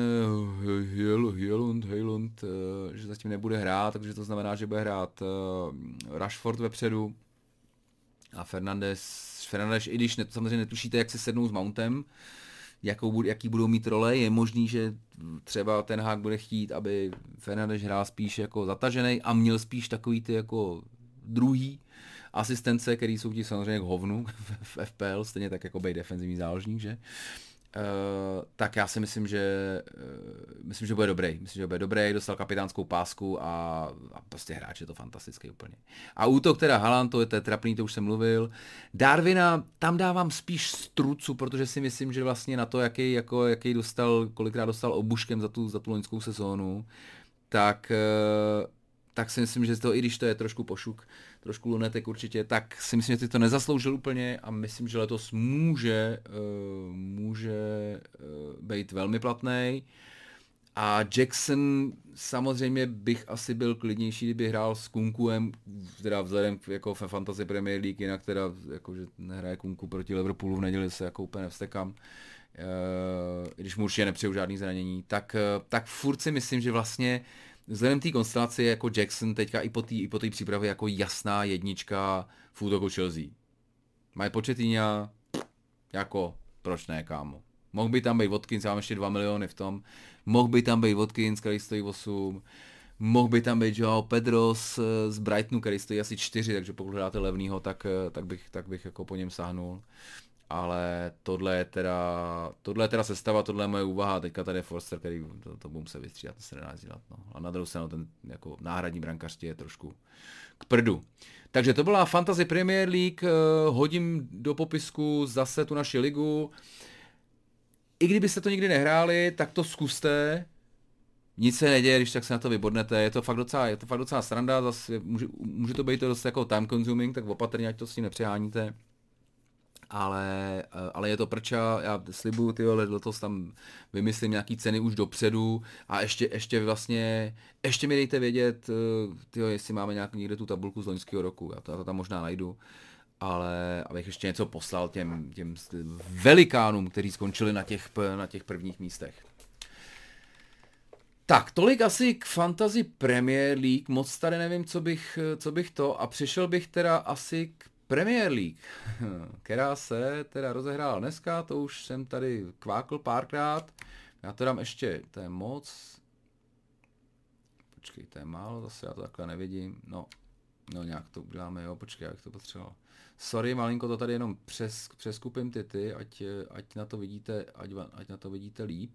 S1: Højlund, že zatím nebude hrát, takže to znamená, že bude hrát Rashford vepředu a Fernandes, i když samozřejmě netušíte, jak se sednou s Mountem, jaký budou mít role, je možný, že třeba ten Hák bude chtít, aby Fernandes hrál spíš jako zatažený a měl spíš takový ty jako druhý asistence, který jsou ti samozřejmě k hovnu v FPL, stejně tak jako bej defenzivní záložník, že? Tak já si myslím, že bude dobrý. Myslím, že bude dobrý, dostal kapitánskou pásku a prostě hráč je to fantastický úplně. A útok teda Haaland, to je trapný, to už jsem mluvil. Darwina tam dávám spíš strucu, protože si myslím, že vlastně na to, jaký dostal, kolikrát dostal obuškem za tu loňskou sezónu, tak si myslím, že to, i když to je trošku pošuk, trošku lunetek určitě, tak si myslím, že ty to nezasloužil úplně a myslím, že letos může být velmi platný. A Jackson samozřejmě bych asi byl klidnější, kdyby hrál s Kunkuem, teda vzhledem jako ve Fantasy Premier League, jinak teda jakože nehraje Kunku proti Liverpoolu v neděli, se jako úplně nevstekám. Když mu určitě nepřeju žádný zranění, tak furt si myslím, že vlastně vzhledem té konstelace jako Jackson teďka i po té přípravě jako jasná jednička v útoku Chelsea. Mají Pochettino, jako proč ne, kámo. Mohl by tam být Watkins, já mám ještě 2 miliony v tom. Mohl by tam být Watkins, který stojí 8. Mohl by tam být Joao Pedro z Brightonu, který stojí asi 4, takže pokud hledáte levnýho, tak bych jako po něm sáhnul. Ale tohle je teda sestava, tohle je moje úvaha, teďka tady je Forster, který to budu se vystřídat, to se nedá dělat. No. A na druhou stranu ten jako náhradní brankář je trošku k prdu. Takže to byla Fantasy Premier League, hodím do popisku zase tu naši ligu. I kdybyste to nikdy nehráli, tak to zkuste. Nic se neděje, když tak se na to vybodnete, je to fakt docela sranda, zase může to být to dost jako time consuming, tak opatrně, ať to s tím nepřeháníte. Ale je to prča, já slibuju, letos tam vymyslím nějaký ceny už dopředu a ještě mi dejte vědět, jestli máme někde tu tabulku z loňského roku, já to tam možná najdu, ale abych ještě něco poslal těm velikánům, kteří skončili na těch prvních místech. Tak, tolik asi k Fantasy Premier League, moc tady nevím, co bych to, a přešel bych teda asi k Premier League, která se teda rozehrála dneska, to už jsem tady kvákl párkrát. Já to dám ještě, to je moc. Počkej, to je málo, zase já to takhle nevidím. No nějak to uděláme, jo, počkej, jak to potřeboval. Sorry, malinko to tady jenom přeskupím ty, ať na to vidíte líp.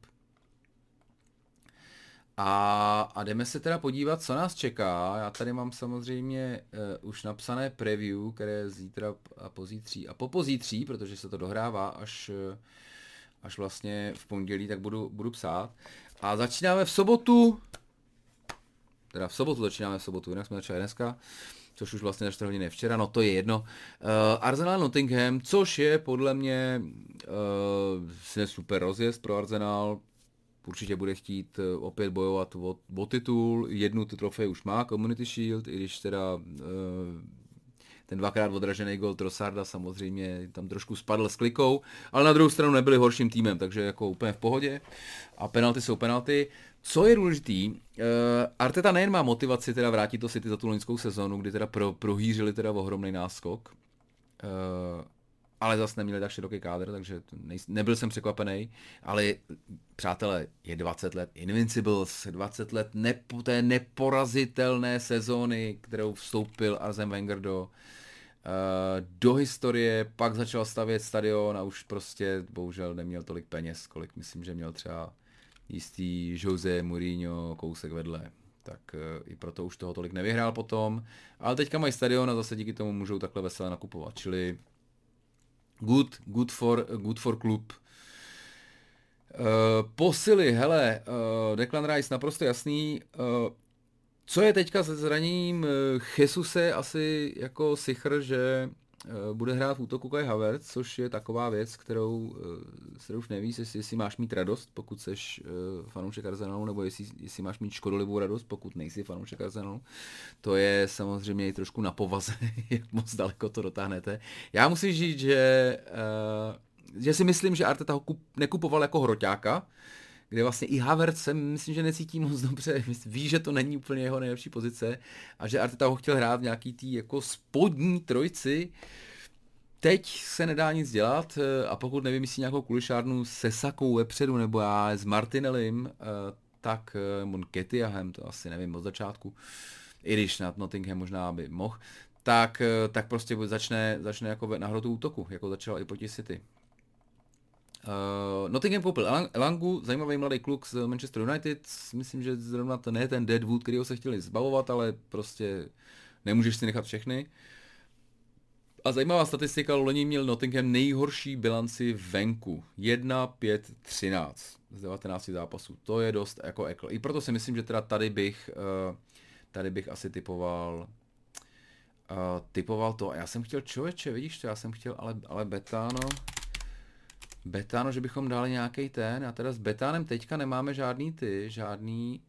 S1: A jdeme se teda podívat, co nás čeká. Já tady mám samozřejmě už napsané preview, které je zítra a pozítří a popozítří, protože se to dohrává až vlastně v pondělí, tak budu psát. A začínáme v sobotu teda v sobotu začínáme v sobotu, jinak jsme začali dneska, což už vlastně na 4 hodiny včera, no to je jedno. Arsenal Nottingham, což je podle mě super rozjezd pro Arsenal, určitě bude chtít opět bojovat o titul, jednu ty trofej už má, Community Shield, i když teda ten dvakrát odražený gol Trossarda samozřejmě tam trošku spadl s klikou, ale na druhou stranu nebyli horším týmem, takže jako úplně v pohodě. A penalty jsou penalty. Co je důležitý, Arteta nejen má motivaci teda vrátit to City za tu loňskou sezonu, kdy teda prohýřili teda ohromný náskok, ale zase neměli tak široký kádr, takže nebyl jsem překvapený, ale přátelé, je 20 let Invincibles, 20 let té neporazitelné sezóny, kterou vstoupil Arsene Wenger do historie, pak začal stavět stadion a už prostě bohužel neměl tolik peněz, kolik myslím, že měl třeba jistý Jose Mourinho kousek vedle. Tak i proto už toho tolik nevyhrál potom, ale teďka mají stadion a zase díky tomu můžou takhle veselé nakupovat, čili good for klub. Posily, hele, Declan Rice naprosto jasný. Co je teďka se zraněním Jesuse asi jako sichr, že bude hrát v útoku Kai Havertz, což je taková věc, kterou se už nevíš, jestli máš mít radost, pokud seš fanoušek Arsenalu, nebo jestli máš mít škodolivou radost, pokud nejsi fanoušek Arsenalu. To je samozřejmě i trošku na povaze, jak moc daleko to dotáhnete. Já musím říct, že si myslím, že Arteta ho nekupoval jako hroťáka, kde vlastně i Havertz se myslím, že necítí moc dobře, ví, že to není úplně jeho nejlepší pozice a že Arteta ho chtěl hrát v nějaký tý jako spodní trojci. Teď se nedá nic dělat a pokud nevymyslí nějakou kulišárnu se Sakou vepředu nebo já s Martinellim, tak Kettiahem, to asi nevím od začátku, i když na Nottingham možná by mohl, tak prostě začne jako na hrotu útoku, jako začal i proti City. Nottingham koupil Elangu, zajímavý mladý kluk z Manchester United, myslím, že zrovna to ne ten Deadwood, kterýho se chtěli zbavovat, ale prostě nemůžeš si nechat všechny. A zajímavá statistika, loni měl Nottingham nejhorší bilanci venku, 1-5-13 z 19 zápasů, to je dost jako ekl. I proto si myslím, že teda tady bych asi typoval to, a já jsem chtěl člověče, vidíš to, já jsem chtěl ale Betano, že bychom dali nějaký ten, a teda s Betánem teďka nemáme žádný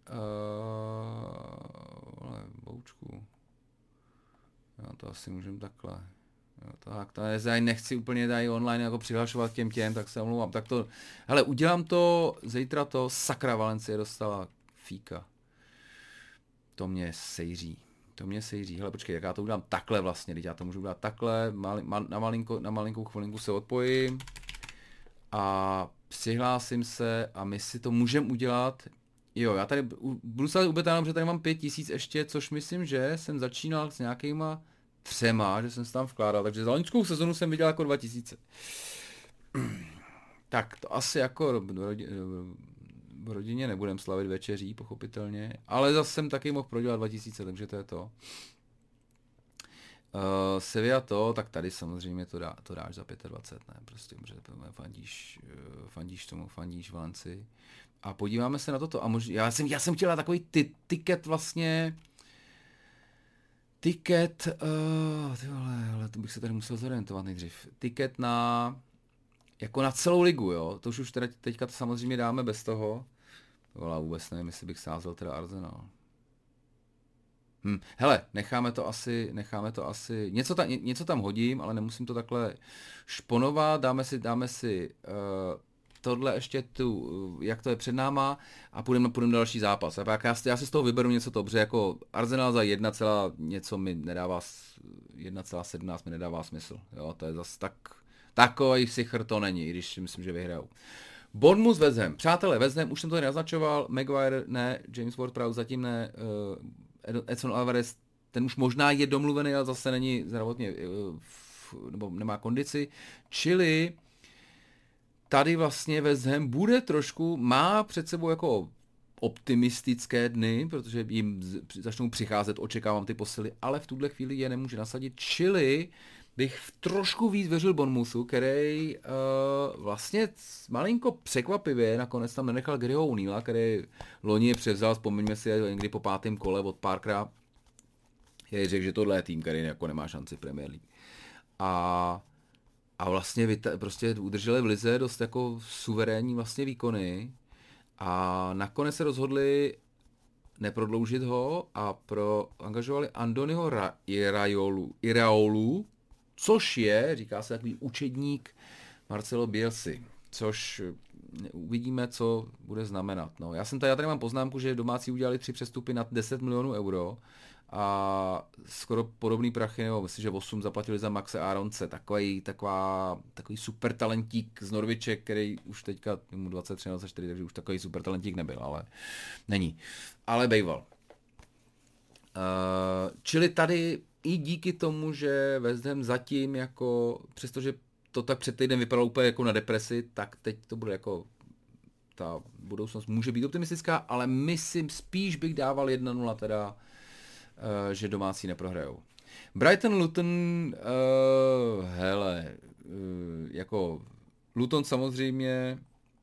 S1: boučku. Jo, to asi můžeme takhle. Jo, tak to nechci úplně tady online jako přihlašovat těm, tak se omlouvám. Tak to, hele, udělám to, zítra to, sakra, Valencie dostala fíka. To mě sejří. Hele, počkej, jak já to udělám takhle vlastně, teď já to můžu udělat takhle, na malinkou chvilinku se odpojím. A přihlásím se a my si to můžeme udělat. Jo, já tady budu se ubětávat, že tady mám 5000 ještě, což myslím, že jsem začínal s nějakýma 3, že jsem se tam vkládal, takže za loňskou sezonu jsem viděl jako 2000. Tak to asi jako v rodině nebudem slavit večeří, pochopitelně, ale zase jsem taky mohl prodělat 2000, takže to je to. Sevilla to, tak tady samozřejmě to dáš za 25, ne, prostě fandíš Valenci. A podíváme se na toto. A já jsem chtěl takový tiket vlastně, ale to bych se tady musel zorientovat nejdřív. Tiket jako na celou ligu, jo, to už teda teďka to samozřejmě dáme bez toho. Tohle vůbec nevím, jestli bych sázel teda Arsenal. Hele, necháme to asi, něco tam hodím, ale nemusím to takhle šponovat, dáme si tohle ještě jak to je před náma a půjdeme další zápas. A pak já si z toho vyberu něco to, protože jako Arsenal za 1, mi nedává, 1,17 mi nedává smysl, jo, to je zase takový sichr to není, i když myslím, že vyhrajou. Bournemouth West Ham, přátelé, West Ham, už jsem to tady naznačoval, Maguire ne, James Ward-Prowse zatím ne, Edson Alvarez, ten už možná je domluvený, ale zase není zdravotně, nebo nemá kondici, čili tady vlastně West Ham bude má před sebou jako optimistické dny, protože jim začnou přicházet, očekávám ty posily, ale v tuhle chvíli je nemůže nasadit, čili bych trošku víc věřil Bournemouthu, který vlastně malinko překvapivě nakonec tam nenechal Garyho O'Neilla, který loni převzal, vzpomeňme si někdy po 5. kole od Parkera, je řekl, že tohle je tým, který jako nemá šanci v Premier League. A vlastně prostě udrželi v lize dost jako suverénní vlastně výkony a nakonec se rozhodli neprodloužit ho a angažovali Andoniho Iraolu, což je, říká se, takový učedník Marcelo Bielsy, což uvidíme, co bude znamenat. No, já tady mám poznámku, že domácí udělali 3 přestupy na 10 milionů euro a skoro podobný prachy, nebo myslím, že 8 zaplatili za Maxe Aronce, takový super talentík z Norwiche, který už teďka mu 23, 24, takže už takový super talentík nebyl, ale není. Ale bejval. Čili tady i díky tomu, že West Ham zatím jako, přestože to tak před týdnem vypadalo úplně jako na depresi, tak teď to bude jako, ta budoucnost může být optimistická, ale myslím, spíš bych dával 1-0 teda, že domácí neprohrajou. Brighton Luton, jako Luton samozřejmě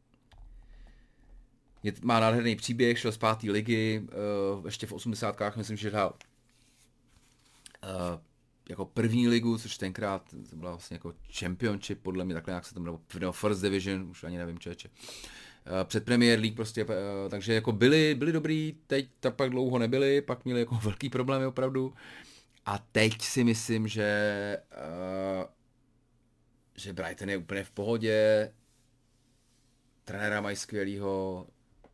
S1: má nádherný příběh, šel z 5. ligy, ještě v 80kách myslím, že hrál jako první ligu, což tenkrát to byla vlastně jako championship, podle mě takhle nějak se tam nebo first division, už ani nevím čeče. Před Premier League prostě, takže jako byli dobrý, teď pak dlouho nebyli, pak měli jako velký problémy opravdu a teď si myslím, že Brighton je úplně v pohodě, trenéra mají skvělýho,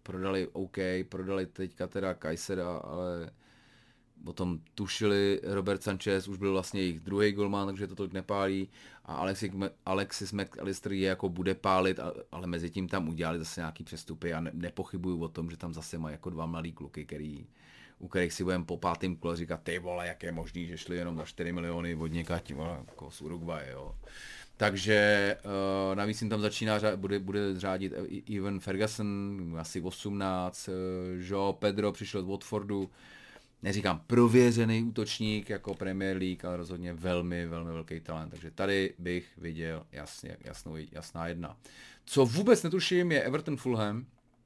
S1: prodali teďka teda Kaysera, ale o tom tušili, Robert Sanchez už byl vlastně jejich druhý golman, takže to tolik nepálí a Alexis McAllister je jako bude pálit, ale mezi tím tam udělali zase nějaký přestupy a nepochybuju o tom, že tam zase mají jako 2 mladý kluky, u kterých si budeme po 5. kole říkat, ty vole, jak je možný, že šli jenom za 4 miliony od někať, jako z Uruguay, jo. Takže navíc jim tam začíná, bude řádit Evan Ferguson, asi 18, João Pedro přišel z Watfordu, neříkám prověřený útočník jako Premier League, ale rozhodně velmi, velmi velký talent, takže tady bych viděl jasná 1. Co vůbec netuším je Everton Fulham,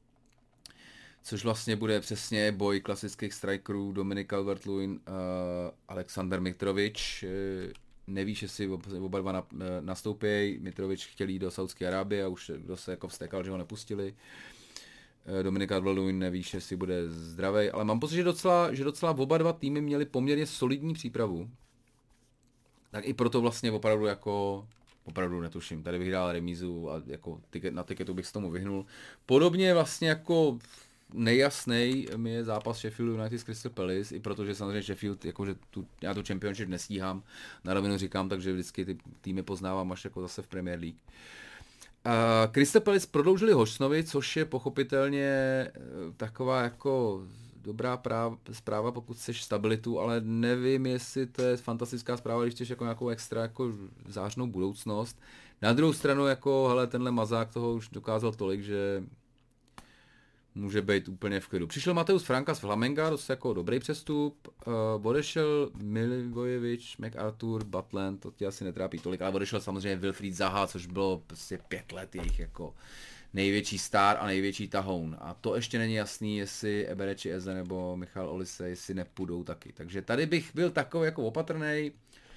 S1: což vlastně bude přesně boj klasických strikerů Dominic Calvert-Lewin, Alexander Mitrovic, nevíš, jestli oba dva nastoupí, Mitrovic chtěl jít do Saudské Arábie a už kdo se jako vztekal, že ho nepustili. Dominik Calvert-Lewin nevíš, jestli bude zdravý, ale mám pocit, že docela oba dva týmy měli poměrně solidní přípravu. Tak i proto vlastně opravdu netuším. Tady bych dal remízu a jako na tiketu bych s tomu vyhnul. Podobně vlastně jako nejasnej mi je zápas Sheffield United s Crystal Palace, i protože samozřejmě Sheffield, jakože já tu Championship nestíhám, na rovinu říkám, takže vždycky ty týmy poznávám až jako zase v Premier League. Crystal Palace prodloužili Hodgsonovi, což je pochopitelně taková jako dobrá zpráva, pokud chceš stabilitu, ale nevím, jestli to je fantastická zpráva, když chceš jako nějakou extra jako zářnou budoucnost. Na druhou stranu jako, hele, tenhle mazák toho už dokázal tolik, že může být úplně v klidu. Přišel Mateus Franka z Flamenga, dost jako dobrý přestup, odešel Milivojevič, MacArthur, Butland, to tě asi netrápí tolik, ale odešel samozřejmě Wilfried Zaha, což bylo prostě 5 let jejich jako největší star a největší tahoun. A to ještě není jasný, jestli Eberechi Eze nebo Michal Olise, jestli nepůjdou taky. Takže tady bych byl takový jako opatrnej.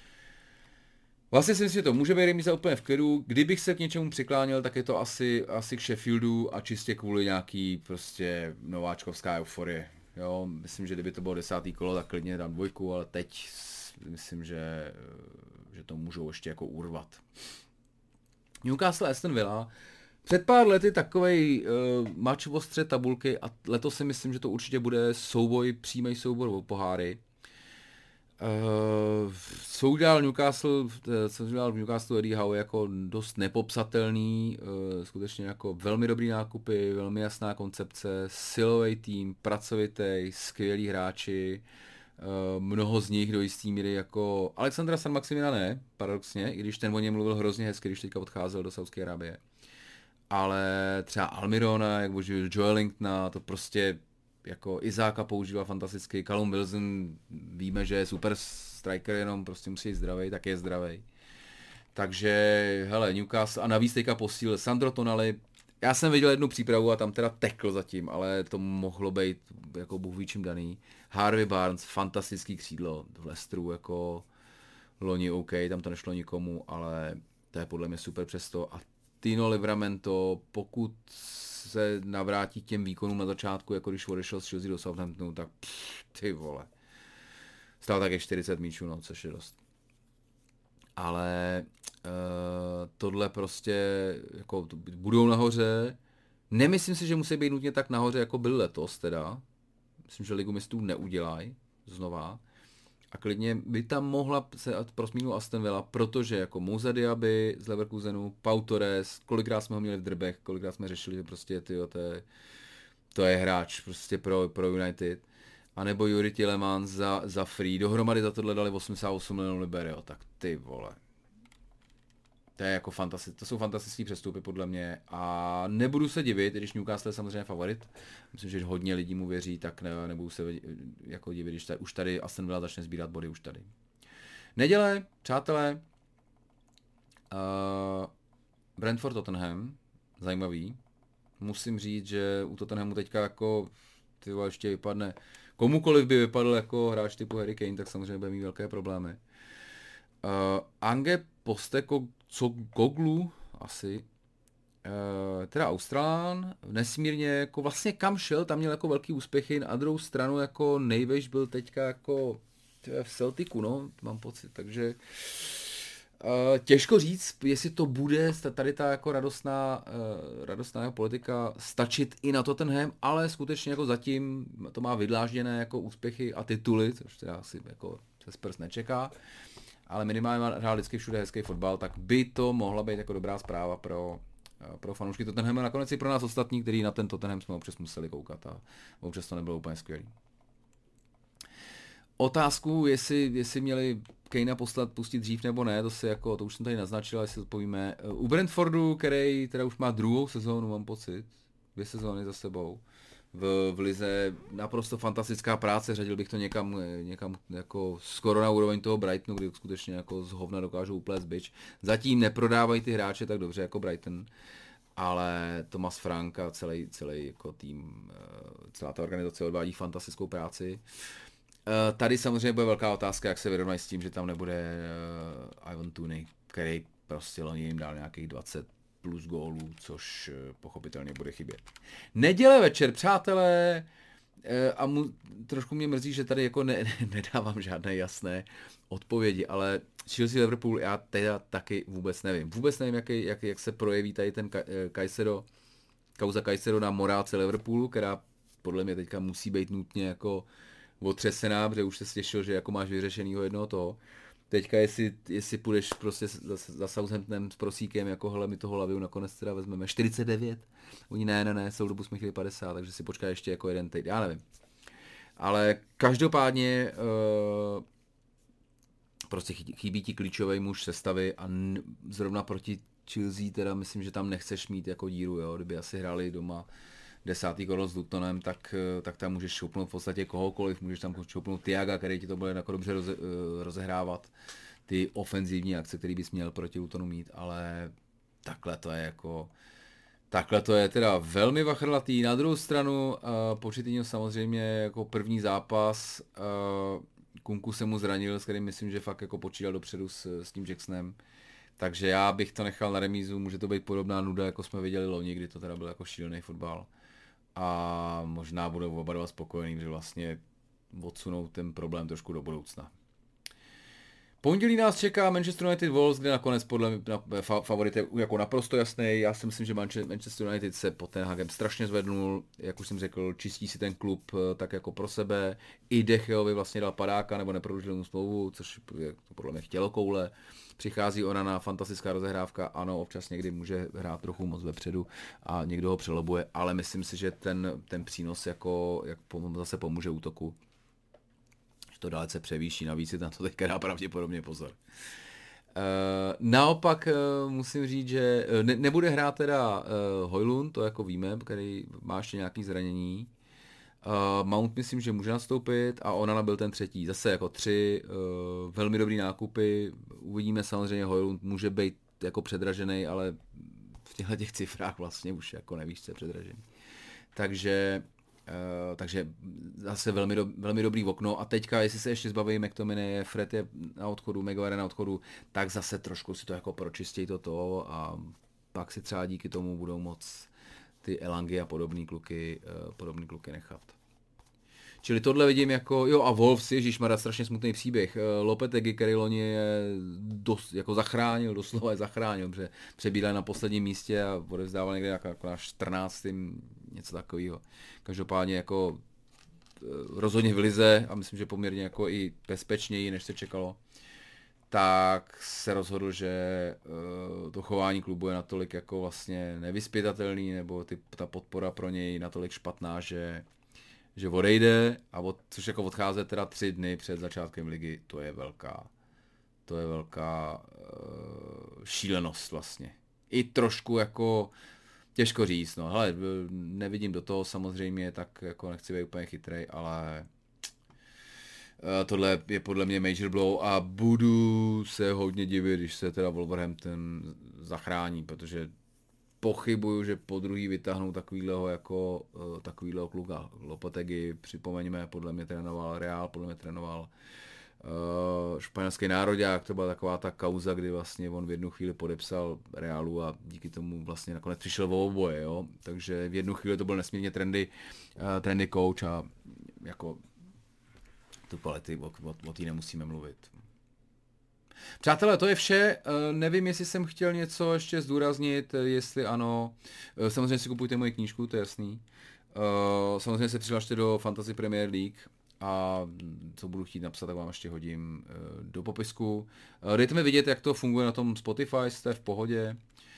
S1: Vlastně si myslím, že to může být remíza úplně v klidu. Kdybych se k něčemu přikláněl, tak je to asi k Sheffieldu a čistě kvůli nějaký prostě nováčkovská euforie. Jo, myslím, že kdyby to bylo 10. kolo, tak klidně dám 2, ale teď myslím, že to můžou ještě jako urvat. Newcastle Aston Villa. Před pár lety takovej mač o střed tabulky a letos si myslím, že to určitě bude přímý soubor o poháry. Co udělal v Newcastle Eddie Howe jako dost nepopsatelný, skutečně jako velmi dobrý nákupy, velmi jasná koncepce, silový tým, pracovitý, skvělí hráči, mnoho z nich do jistý míry jako Alexandra San Maximina ne, paradoxně, i když ten o něm mluvil hrozně hezky, když teďka odcházel do Saudské Arábie. Ale třeba Almirona, jak božil Joelingtona, to prostě jako Izáka používá fantasticky, Callum Wilson víme, že je super striker, jenom prostě musí být zdravej, tak je zdravej. Takže, hele, Newcastle a navíc teďka posílil Sandro Tonali. Já jsem viděl jednu přípravu a tam teda tekl zatím, ale to mohlo být jako bůh ví čím daný. Harvey Barnes, fantastický křídlo v Leicesteru, jako loni OK, tam to nešlo nikomu, ale to je podle mě super přesto. A Tino Livramento, pokud se navrátí těm výkonům na začátku, jako když odešel z Chelsea do Southamptonu, tak ty vole. Stál také 40 míčů, no, což je dost. Ale tohle prostě jako budou nahoře. Nemyslím si, že musí být nutně tak nahoře, jako byl letos teda. Myslím, že Ligu mistrů neudělají znova. A klidně by tam mohla se prosmínout Aston Villa, protože jako Moussa Diaby z Leverkusenu, Pau Torres, kolikrát jsme ho měli v drbech, kolikrát jsme řešili, že prostě tyjo, to je hráč prostě pro United. A nebo Yuri Tielemans za free. Dohromady za tohle dali 88 milionů liber, jo, tak ty vole. To je jako to jsou fantastické přestupy podle mě a nebudu se divit, když Newcastle je samozřejmě favorit. Myslím, že hodně lidí mu věří, tak nebudu se jako divit, když už tady Aston Villa začne sbírat body už tady. Neděle, přátelé, Brentford Tottenham, zajímavý. Musím říct, že u Tottenhamu teďka jako ty vole, ještě vypadne, komukoliv by vypadl jako hráč typu Harry Kane, tak samozřejmě bude mít velké problémy. Ange Postecoglou asi, teda Australán, nesmírně jako vlastně kam šel, tam měl jako velký úspěchy, na druhou stranu jako nejvejš byl teďka jako v Celticu, no, mám pocit, takže těžko říct, jestli to bude tady ta jako radostná politika stačit i na Tottenham, ale skutečně jako zatím to má vydlážděné jako úspěchy a tituly, což teda asi jako se Spurs nečeká, ale minimálně hrál vždycky všude hezký fotbal, tak by to mohla být jako dobrá zpráva pro fanoušky Tottenhamu, nakonec i pro nás ostatní, kteří na ten Tottenham jsme občas museli koukat a občas to nebylo úplně skvělý. Otázku, jestli měli Kanea pustit dřív nebo ne, to už jsem tady naznačil, jestli odpovíme. U Brentfordu, který teda už má druhou sezónu, mám pocit, 2 sezóny za sebou, v lize naprosto fantastická práce, řadil bych to někam jako skoro na úroveň toho Brightonu, kdy skutečně jako z hovna dokážou uplést bič. Zatím neprodávají ty hráče tak dobře jako Brighton, ale Thomas Frank a celý jako tým, celá ta organizace odvádí fantastickou práci. Tady samozřejmě bude velká otázka, jak se vyrovnají s tím, že tam nebude Ivan Toney, který prostě loni jim dal nějakých 20 plus gólů, což pochopitelně bude chybět. Neděle večer, přátelé, a trošku mě mrzí, že tady jako nedávám žádné jasné odpovědi, ale Chelsea Liverpool já teda taky vůbec nevím. Vůbec nevím, jak se projeví tady ten kauza Caicedo na morálce Liverpoolu, která podle mě teďka musí být nutně jako otřesená, protože už se těšil, že jako máš vyřešenýho jednoho toho. Teďka jestli půjdeš prostě za Southamptonem s prosíkem, jako hele, my toho Laviu nakonec teda vezmeme 49. Oni ne, celou dobu jsme chtěli 50, takže si počká ještě jako jeden týden, já nevím. Ale každopádně prostě chybí ti klíčový muž sestavy a zrovna proti Chelsea teda myslím, že tam nechceš mít jako díru, jo, kdyby asi hráli doma 10. kolo s Lutonem, tak tam můžeš šoupnout v podstatě kohokoliv, můžeš tam šoupnout Thiaga, který ti to bude jako dobře rozehrávat, ty ofenzivní akce, který bys měl proti Lutonu mít, ale takhle to je teda velmi vachrlatý. Na druhou stranu Pochettino samozřejmě jako první zápas, Kunku se mu zranil, s kterým myslím, že fakt jako počítal dopředu s tím Jacksonem. Takže já bych to nechal na remízu, může to být podobná nuda, jako jsme viděli loni, kdy to teda byl jako šílený fotbal. A možná budou oba dva spokojení, že vlastně odsunou ten problém trošku do budoucna. Pondělí nás čeká Manchester United Wolves, kde nakonec podle mě favorit je jako naprosto jasný. Já si myslím, že Manchester United se pod Ten Hagem strašně zvednul, jak už jsem řekl, čistí si ten klub tak jako pro sebe. I De Geovi vlastně dal padáka, nebo neprodloužil mu smlouvu, což je to podle mě chtělo koule. Přichází Onana, fantastická rozehrávka, ano, občas někdy může hrát trochu moc vepředu a někdo ho přelobuje, ale myslím si, že ten přínos jako zase pomůže útoku. To dalece převýší, navíc si na to teďka dá pravděpodobně pozor. Naopak musím říct, že nebude hrát teda Højlund, to jako víme, který má ještě nějaké zranění. Mount myslím, že může nastoupit a Onana byl ten třetí. Zase jako 3 velmi dobrý nákupy. Uvidíme samozřejmě, Højlund může být jako předražený, ale v těchto těch cifrách vlastně už jako nevíš, co je předražený. Takže zase velmi dobrý okno. A teďka, jestli se ještě zbaví McTominay, Fred je na odchodu, Maguire na odchodu, tak zase trošku si to jako pročistějí toto a pak si třeba díky tomu budou moc ty Elangy a podobný kluky nechat. Čili tohle vidím jako, jo a Wolves, ježišmarja, strašně smutný příběh. Lopetegui, který loni je jako doslova je zachránil, protože přebíral na posledním místě a odevzdával někde jako na 14. něco takového. Každopádně jako rozhodně v lize a myslím, že poměrně jako i bezpečněji, než se čekalo, tak se rozhodl, že to chování klubu je natolik jako vlastně nevyzpytatelný, nebo ta podpora pro něj natolik špatná, že odejde, což jako odcházet teda 3 dny před začátkem ligy, to je velká šílenost vlastně. I trošku jako těžko říct, no hele, nevidím do toho samozřejmě, tak jako nechci být úplně chytrej, ale tohle je podle mě major blow a budu se hodně divit, když se teda Wolverhampton zachrání, protože pochybuju, že po druhý vytáhnou takovýhleho kluka. Lopetegui, připomeňme, podle mě trénoval Real, podle mě trénoval španělský nároďák, to byla taková ta kauza, kdy vlastně on v jednu chvíli podepsal Realu a díky tomu vlastně nakonec přišel o oboje, jo. Takže v jednu chvíli to byl nesmírně trendy coach a jako tu kvality, o té nemusíme mluvit. Přátelé, to je vše. Nevím, jestli jsem chtěl něco ještě zdůraznit, jestli ano. Samozřejmě si kupujte moji knížku, to je jasný. Samozřejmě se přihlašte do Fantasy Premier League a co budu chtít napsat, tak vám ještě hodím do popisku. Dejte mi vidět, jak to funguje na tom Spotify, jste v pohodě.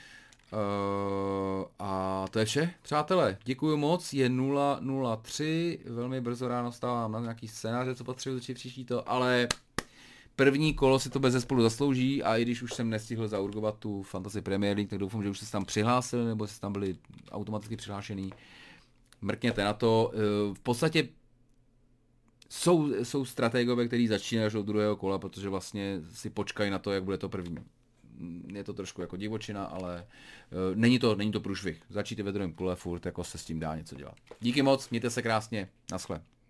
S1: A to je vše, přátelé. Děkuji moc, je 0:03, velmi brzo ráno vstávám na nějaký scénáře, co potřebuji začít příští to, ale první kolo si to bezesporu zaslouží a i když už jsem nestihl zaurgovat tu Fantasy Premier League, tak doufám, že už jste tam přihlásili nebo jste tam byli automaticky přihlášený. Mrkněte na to. V podstatě jsou strategové, kteří začínají až od druhého kola, protože vlastně si počkají na to, jak bude to první. Je to trošku jako divočina, ale není to průšvih. Začíte ve druhém kole, furt jako se s tím dá něco dělat. Díky moc, mějte se krásně, naschle.